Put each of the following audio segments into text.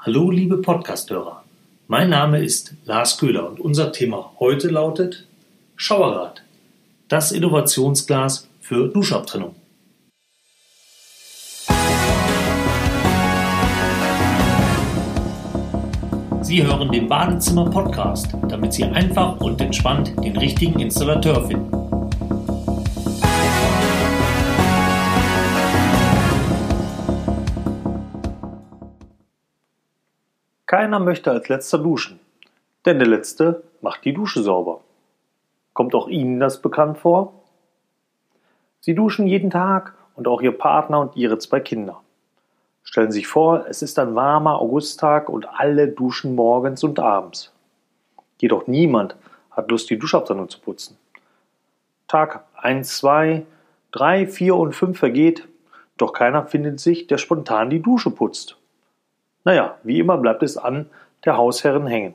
Hallo liebe Podcasthörer, mein Name ist Lars Köhler und unser Thema heute lautet Showerguard, das Innovationsglas für Duschabtrennung. Sie hören den Badezimmer-Podcast, damit Sie einfach und entspannt den richtigen Installateur finden. Keiner möchte als Letzter duschen, denn der Letzte macht die Dusche sauber. Kommt auch Ihnen das bekannt vor? Sie duschen jeden Tag und auch Ihr Partner und Ihre 2 Kinder. Stellen Sie sich vor, es ist ein warmer Augusttag und alle duschen morgens und abends. Jedoch niemand hat Lust, die Duschabtrennung zu putzen. Tag 1, 2, 3, 4 und 5 vergeht, doch keiner findet sich, der spontan die Dusche putzt. Naja, wie immer bleibt es an der Hausherrin hängen.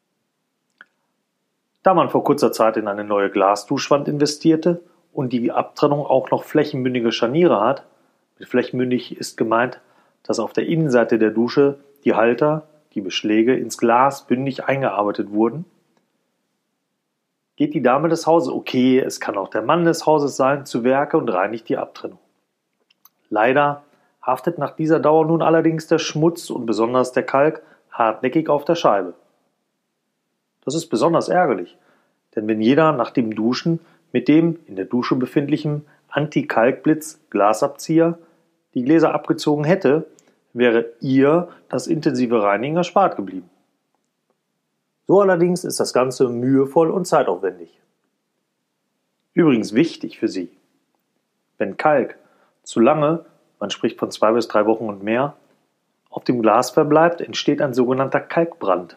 Da man vor kurzer Zeit in eine neue Glasduschwand investierte und die Abtrennung auch noch flächenbündige Scharniere hat, mit flächenbündig ist gemeint, dass auf der Innenseite der Dusche die Halter, die Beschläge ins Glas bündig eingearbeitet wurden, geht die Dame des Hauses, okay, es kann auch der Mann des Hauses sein, zu Werke und reinigt die Abtrennung. Leider haftet nach dieser Dauer nun allerdings der Schmutz und besonders der Kalk hartnäckig auf der Scheibe. Das ist besonders ärgerlich, denn wenn jeder nach dem Duschen mit dem in der Dusche befindlichen Anti-Kalkblitz-Glasabzieher die Gläser abgezogen hätte, wäre ihr das intensive Reinigen erspart geblieben. So allerdings ist das Ganze mühevoll und zeitaufwendig. Übrigens wichtig für Sie: Wenn Kalk zu lange, man spricht von 2 bis 3 Wochen und mehr, auf dem Glas verbleibt, entsteht ein sogenannter Kalkbrand.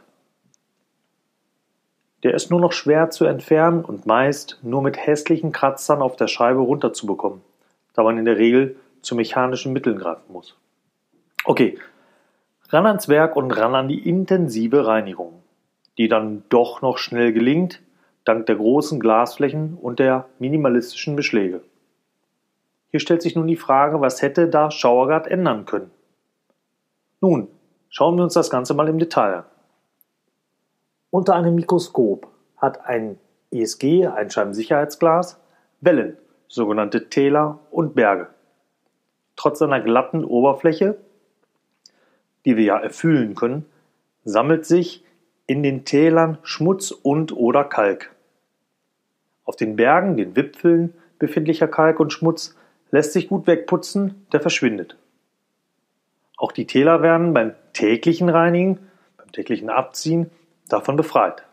Der ist nur noch schwer zu entfernen und meist nur mit hässlichen Kratzern auf der Scheibe runterzubekommen, da man in der Regel zu mechanischen Mitteln greifen muss. Okay, ran ans Werk und ran an die intensive Reinigung, die dann doch noch schnell gelingt, dank der großen Glasflächen und der minimalistischen Beschläge. Hier stellt sich nun die Frage, was hätte da Showerguard ändern können? Nun, schauen wir uns das Ganze mal im Detail an. Unter einem Mikroskop hat ein ESG, Einscheibensicherheitsglas, Wellen, sogenannte Täler und Berge. Trotz seiner glatten Oberfläche, die wir ja erfüllen können, sammelt sich in den Tälern Schmutz und/oder Kalk. Auf den Bergen, den Wipfeln befindlicher Kalk und Schmutz lässt sich gut wegputzen, der verschwindet. Auch die Täler werden beim täglichen Reinigen, beim täglichen Abziehen davon befreit.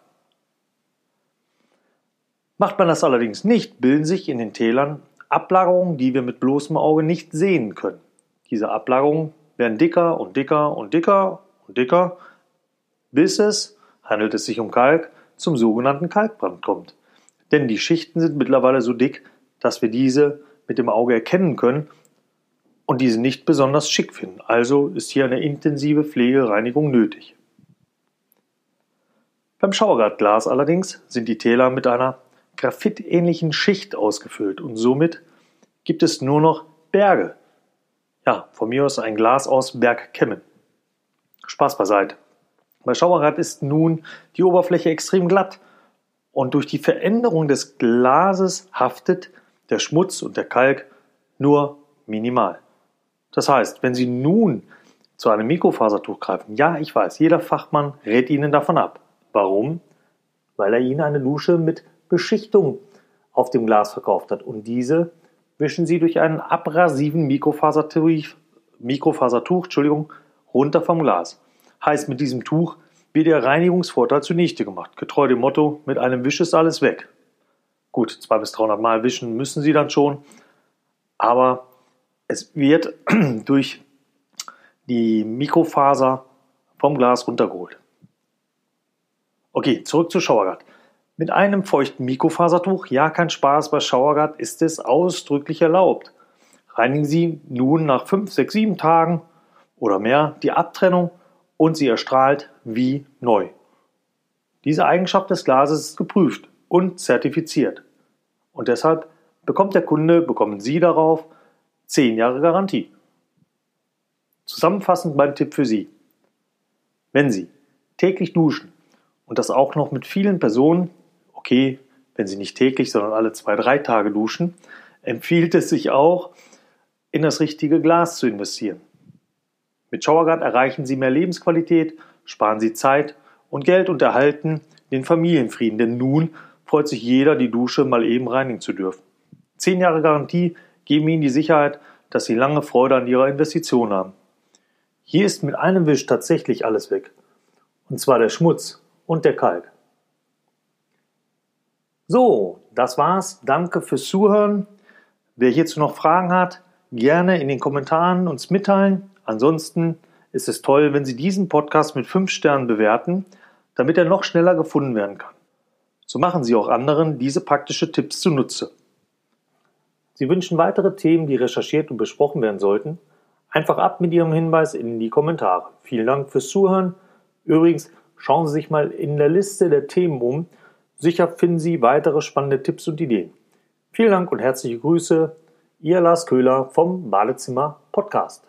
Macht man das allerdings nicht, bilden sich in den Tälern Ablagerungen, die wir mit bloßem Auge nicht sehen können. Diese Ablagerungen werden dicker und dicker und dicker und dicker, bis es, handelt es sich um Kalk, zum sogenannten Kalkbrand kommt. Denn die Schichten sind mittlerweile so dick, dass wir diese mit dem Auge erkennen können und diese nicht besonders schick finden. Also ist hier eine intensive Pflegereinigung nötig. Beim Showerguard-Glas allerdings sind die Täler mit einer graphitähnlichen Schicht ausgefüllt und somit gibt es nur noch Berge. Ja, von mir aus ein Glas aus Bergkämmen. Spaß beiseite. Bei Showerguard ist nun die Oberfläche extrem glatt und durch die Veränderung des Glases haftet der Schmutz und der Kalk nur minimal. Das heißt, wenn Sie nun zu einem Mikrofasertuch greifen, ja, ich weiß, jeder Fachmann rät Ihnen davon ab. Warum? Weil er Ihnen eine Dusche mit Beschichtung auf dem Glas verkauft hat und diese wischen Sie durch einen abrasiven Mikrofasertuch, runter vom Glas. Heißt, mit diesem Tuch wird Ihr Reinigungsvorteil zunichte gemacht. Getreu dem Motto, mit einem Wisch ist alles weg. Gut, 200 bis 300 Mal wischen müssen Sie dann schon, aber es wird durch die Mikrofaser vom Glas runtergeholt. Okay, zurück zu Showerguard. Mit einem feuchten Mikrofasertuch, ja, kein Spaß, bei Showerguard ist es ausdrücklich erlaubt. Reinigen Sie nun nach 5, 6, 7 Tagen oder mehr die Abtrennung und sie erstrahlt wie neu. Diese Eigenschaft des Glases ist geprüft und zertifiziert. Und deshalb bekommen Sie darauf 10 Jahre Garantie. Zusammenfassend mein Tipp für Sie: Wenn Sie täglich duschen und das auch noch mit vielen Personen, okay, wenn Sie nicht täglich, sondern alle 2-3 Tage duschen, empfiehlt es sich auch, in das richtige Glas zu investieren. Mit Showerguard erreichen Sie mehr Lebensqualität, sparen Sie Zeit und Geld und erhalten den Familienfrieden, denn nun freut sich jeder, die Dusche mal eben reinigen zu dürfen. 10 Jahre Garantie geben Ihnen die Sicherheit, dass Sie lange Freude an Ihrer Investition haben. Hier ist mit einem Wisch tatsächlich alles weg. Und zwar der Schmutz und der Kalk. So, das war's. Danke fürs Zuhören. Wer hierzu noch Fragen hat, gerne in den Kommentaren uns mitteilen. Ansonsten ist es toll, wenn Sie diesen Podcast mit 5 Sternen bewerten, damit er noch schneller gefunden werden kann. So machen Sie auch anderen diese praktischen Tipps zunutze. Sie wünschen weitere Themen, die recherchiert und besprochen werden sollten? Einfach ab mit Ihrem Hinweis in die Kommentare. Vielen Dank fürs Zuhören. Übrigens, schauen Sie sich mal in der Liste der Themen um. Sicher finden Sie weitere spannende Tipps und Ideen. Vielen Dank und herzliche Grüße. Ihr Lars Köhler vom Badezimmer Podcast.